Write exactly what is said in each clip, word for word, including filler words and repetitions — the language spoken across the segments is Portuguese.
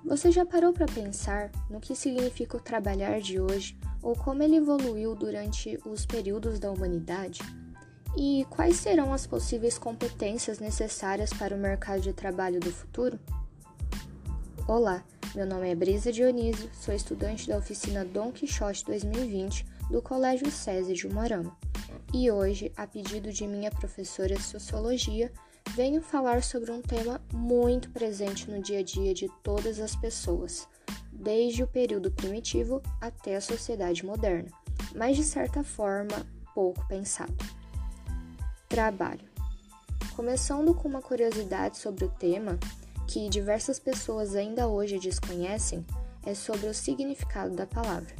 Você já parou para pensar no que significa o trabalhar de hoje ou como ele evoluiu durante os períodos da humanidade? E quais serão as possíveis competências necessárias para o mercado de trabalho do futuro? Olá, meu nome é Brisa Dionísio, sou estudante da oficina Dom Quixote dois mil e vinte do Colégio SESI de Umuarama. E hoje, a pedido de minha professora de Sociologia, venho falar sobre um tema muito presente no dia a dia de todas as pessoas, desde o período primitivo até a sociedade moderna, mas de certa forma pouco pensado. Trabalho. Começando com uma curiosidade sobre o tema, que diversas pessoas ainda hoje desconhecem, é sobre o significado da palavra.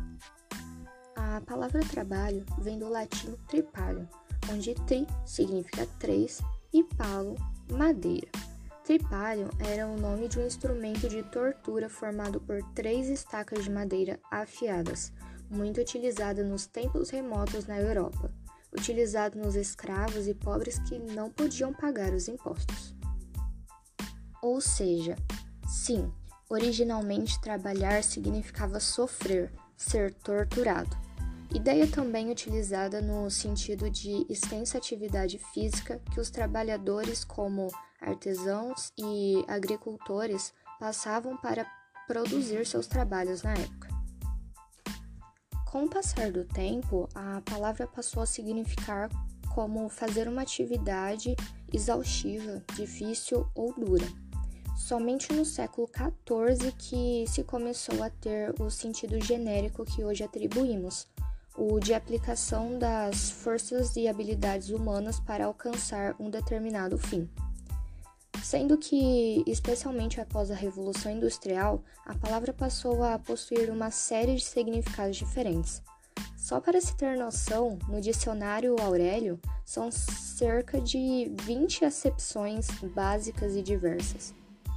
A palavra trabalho vem do latim tripalium, onde tri significa três e palo, madeira. Tripalium era o nome de um instrumento de tortura formado por três estacas de madeira afiadas, muito utilizada nos tempos remotos na Europa, utilizado nos escravos e pobres que não podiam pagar os impostos. Ou seja, sim, originalmente trabalhar significava sofrer, ser torturado. Ideia também utilizada no sentido de extensa atividade física que os trabalhadores como artesãos e agricultores passavam para produzir seus trabalhos na época. Com o passar do tempo, a palavra passou a significar como fazer uma atividade exaustiva, difícil ou dura. Somente no século quatorze que se começou a ter o sentido genérico que hoje atribuímos, o de aplicação das forças e habilidades humanas para alcançar um determinado fim. Sendo que, especialmente após a Revolução Industrial, a palavra passou a possuir uma série de significados diferentes. Só para se ter noção, no dicionário Aurélio, são cerca de vinte acepções básicas e diversas.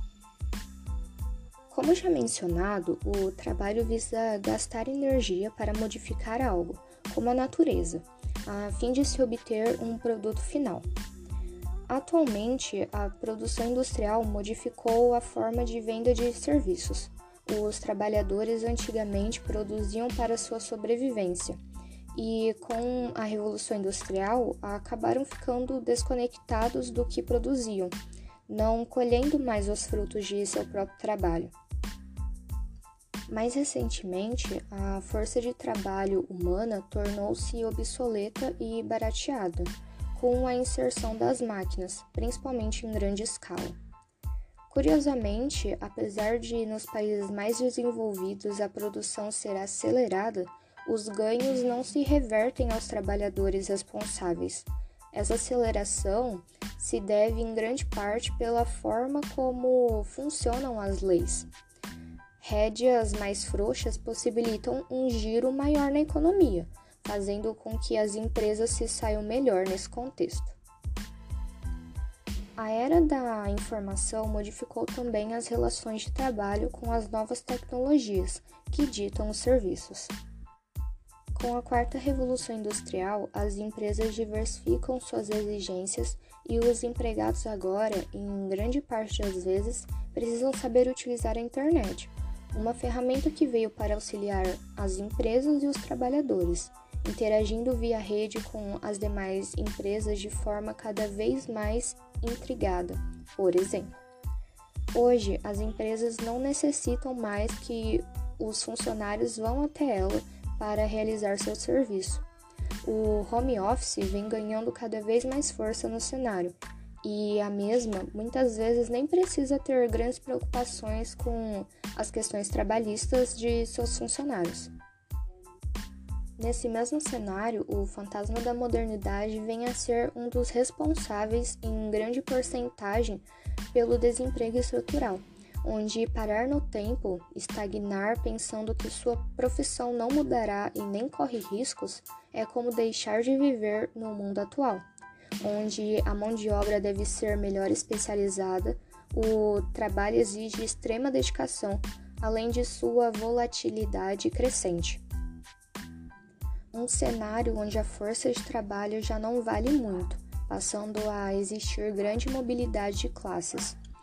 Como já mencionado, o trabalho visa gastar energia para modificar algo, como a natureza, a fim de se obter um produto final. Atualmente, a produção industrial modificou a forma de venda de serviços. Os trabalhadores antigamente produziam para sua sobrevivência e, com a Revolução Industrial, acabaram ficando desconectados do que produziam, não colhendo mais os frutos de seu próprio trabalho. Mais recentemente, a força de trabalho humana tornou-se obsoleta e barateada, com a inserção das máquinas, principalmente em grande escala. Curiosamente, apesar de nos países mais desenvolvidos a produção ser acelerada, os ganhos não se revertem aos trabalhadores responsáveis. Essa aceleração se deve em grande parte pela forma como funcionam as leis. Rédeas mais frouxas possibilitam um giro maior na economia, fazendo com que as empresas se saiam melhor nesse contexto. A era da informação modificou também as relações de trabalho com as novas tecnologias que ditam os serviços. Com a quarta revolução industrial, as empresas diversificam suas exigências e os empregados agora, em grande parte das vezes, precisam saber utilizar a internet, uma ferramenta que veio para auxiliar as empresas e os trabalhadores, interagindo via rede com as demais empresas de forma cada vez mais intrigada. Por exemplo, hoje as empresas não necessitam mais que os funcionários vão até ela para realizar seu serviço. O home office vem ganhando cada vez mais força no cenário, e a mesma muitas vezes nem precisa ter grandes preocupações com as questões trabalhistas de seus funcionários. Nesse mesmo cenário, o fantasma da modernidade vem a ser um dos responsáveis em grande porcentagem pelo desemprego estrutural, onde parar no tempo, estagnar pensando que sua profissão não mudará e nem corre riscos, é como deixar de viver no mundo atual, onde a mão de obra deve ser melhor especializada, o trabalho exige extrema dedicação, além de sua volatilidade crescente. Um cenário onde a força de trabalho já não vale muito, passando a existir grande mobilidade de classes.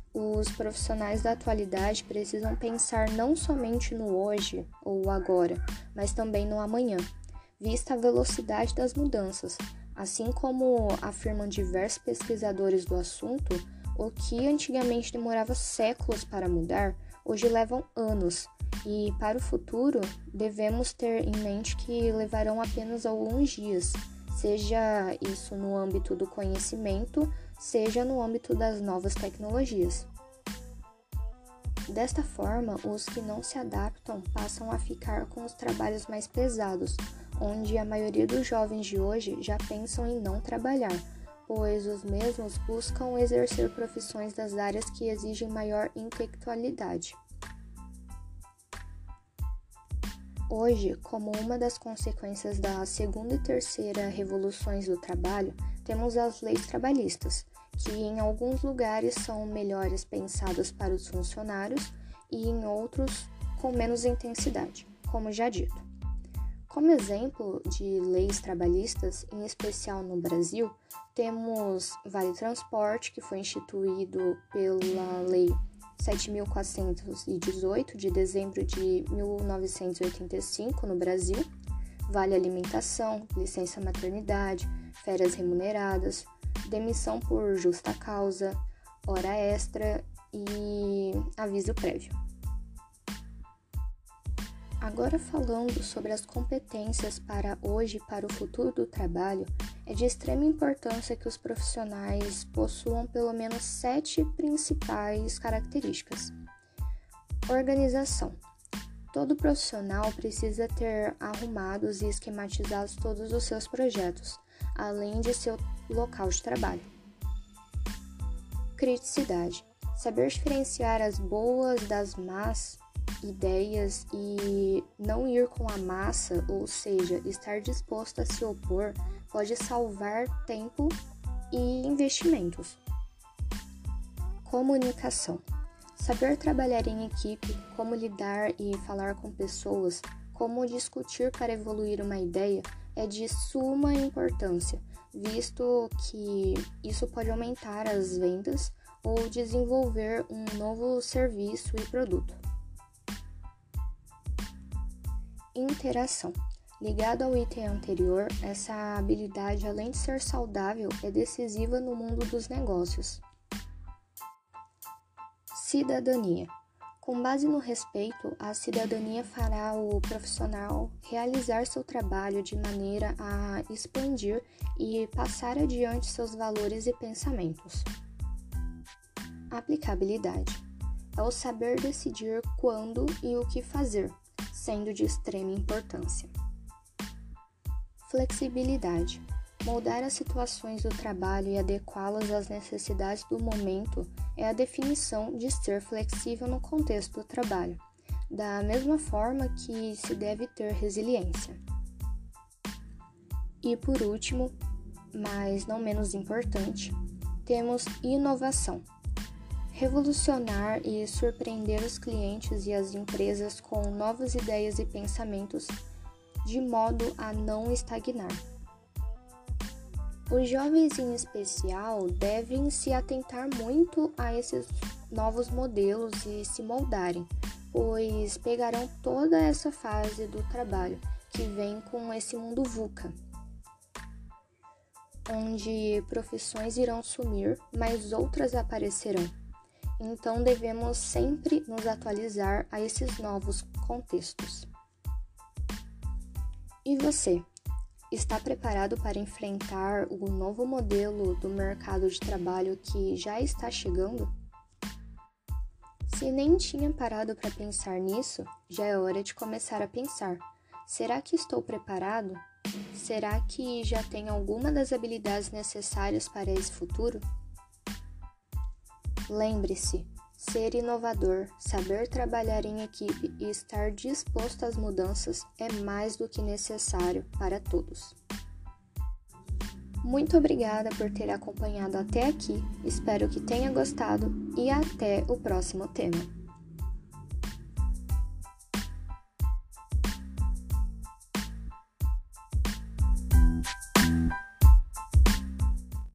os profissionais da atualidade precisam pensar não somente no hoje ou agora, mas também no amanhã, vista a velocidade das mudanças. Assim como afirmam diversos pesquisadores do assunto, o que antigamente demorava séculos para mudar, hoje levam anos, e para o futuro devemos ter em mente que levarão apenas alguns dias, seja isso no âmbito do conhecimento, seja no âmbito das novas tecnologias. Desta forma, os que não se adaptam passam a ficar com os trabalhos mais pesados, onde a maioria dos jovens de hoje já pensam em não trabalhar, pois os mesmos buscam exercer profissões das áreas que exigem maior intelectualidade. Hoje, como uma das consequências da segunda e terceira revoluções do trabalho, temos as leis trabalhistas, que em alguns lugares são melhores pensadas para os funcionários e em outros com menos intensidade, como já dito. Como exemplo de leis trabalhistas, em especial no Brasil, temos Vale Transporte, que foi instituído pela Lei sete mil quatrocentos e dezoito, de dezembro de mil novecentos e oitenta e cinco, no Brasil, Vale Alimentação, licença maternidade, férias remuneradas, demissão por justa causa, hora extra e aviso prévio. Agora, falando sobre as competências para hoje e para o futuro do trabalho, é de extrema importância que os profissionais possuam pelo menos sete principais características. Organização. Todo profissional precisa ter arrumados e esquematizados todos os seus projetos, além de seu local de trabalho. Criticidade. Saber diferenciar as boas das más ideias e não ir com a massa, ou seja, estar disposto a se opor, pode salvar tempo e investimentos. Comunicação. Saber trabalhar em equipe, como lidar e falar com pessoas, como discutir para evoluir uma ideia, é de suma importância, visto que isso pode aumentar as vendas ou desenvolver um novo serviço e produto. Interação. Ligado ao item anterior, essa habilidade, além de ser saudável, é decisiva no mundo dos negócios. Cidadania. Com base no respeito, a cidadania fará o profissional realizar seu trabalho de maneira a expandir e passar adiante seus valores e pensamentos. Aplicabilidade. É o saber decidir quando e o que fazer, sendo de extrema importância. Flexibilidade. Moldar as situações do trabalho e adequá-las às necessidades do momento é a definição de ser flexível no contexto do trabalho, da mesma forma que se deve ter resiliência. E por último, mas não menos importante, temos inovação. Revolucionar e surpreender os clientes e as empresas com novas ideias e pensamentos, de modo a não estagnar. Os jovens, em especial, devem se atentar muito a esses novos modelos e se moldarem, pois pegarão toda essa fase do trabalho que vem com esse mundo VUCA, onde profissões irão sumir, mas outras aparecerão. Então, devemos sempre nos atualizar a esses novos contextos. E você, está preparado para enfrentar o novo modelo do mercado de trabalho que já está chegando? Se nem tinha parado para pensar nisso, já é hora de começar a pensar. Será que estou preparado? Será que já tenho alguma das habilidades necessárias para esse futuro? Lembre-se, ser inovador, saber trabalhar em equipe e estar disposto às mudanças é mais do que necessário para todos. Muito obrigada por ter acompanhado até aqui, espero que tenha gostado e até o próximo tema.